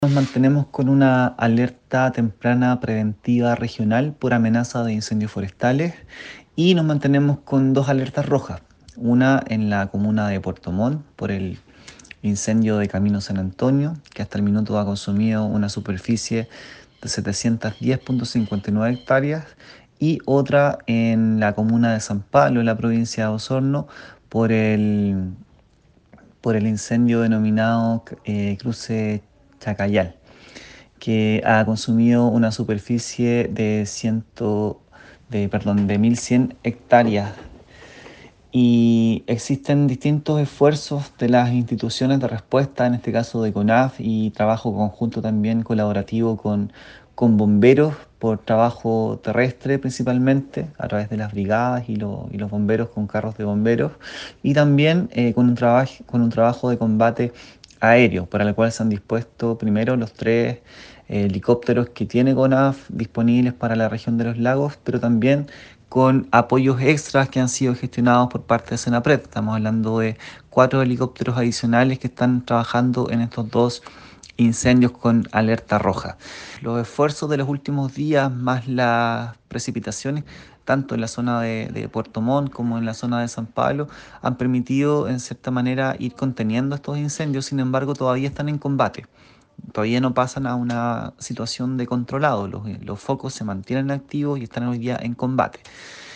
Nos mantenemos con una alerta temprana preventiva regional por amenaza de incendios forestales y nos mantenemos con dos alertas rojas. Una en la comuna de Puerto Montt por el incendio de Camino San Antonio, que hasta el minuto ha consumido una superficie de 710,59 hectáreas, y otra en la comuna de San Pablo, en la provincia de Osorno, por el incendio denominado Cruce Chacayal, que ha consumido una superficie de 1.100 hectáreas. Y existen distintos esfuerzos de las instituciones de respuesta, en este caso de CONAF, y trabajo conjunto también colaborativo con bomberos por trabajo terrestre principalmente, a través de las brigadas y los bomberos con carros de bomberos, y también con un trabajo de combate aéreo, para el cual se han dispuesto primero los tres helicópteros que tiene CONAF disponibles para la región de los lagos, pero también con apoyos extras que han sido gestionados por parte de Senapred. Estamos hablando de 4 helicópteros adicionales que están trabajando en estos dos incendios con alerta roja. Los esfuerzos de los últimos días, más las precipitaciones, tanto en la zona de Puerto Montt como en la zona de San Pablo, han permitido en cierta manera ir conteniendo estos incendios. Sin embargo, todavía están en combate. Todavía no pasan a una situación de controlado. Los focos se mantienen activos y están hoy día en combate.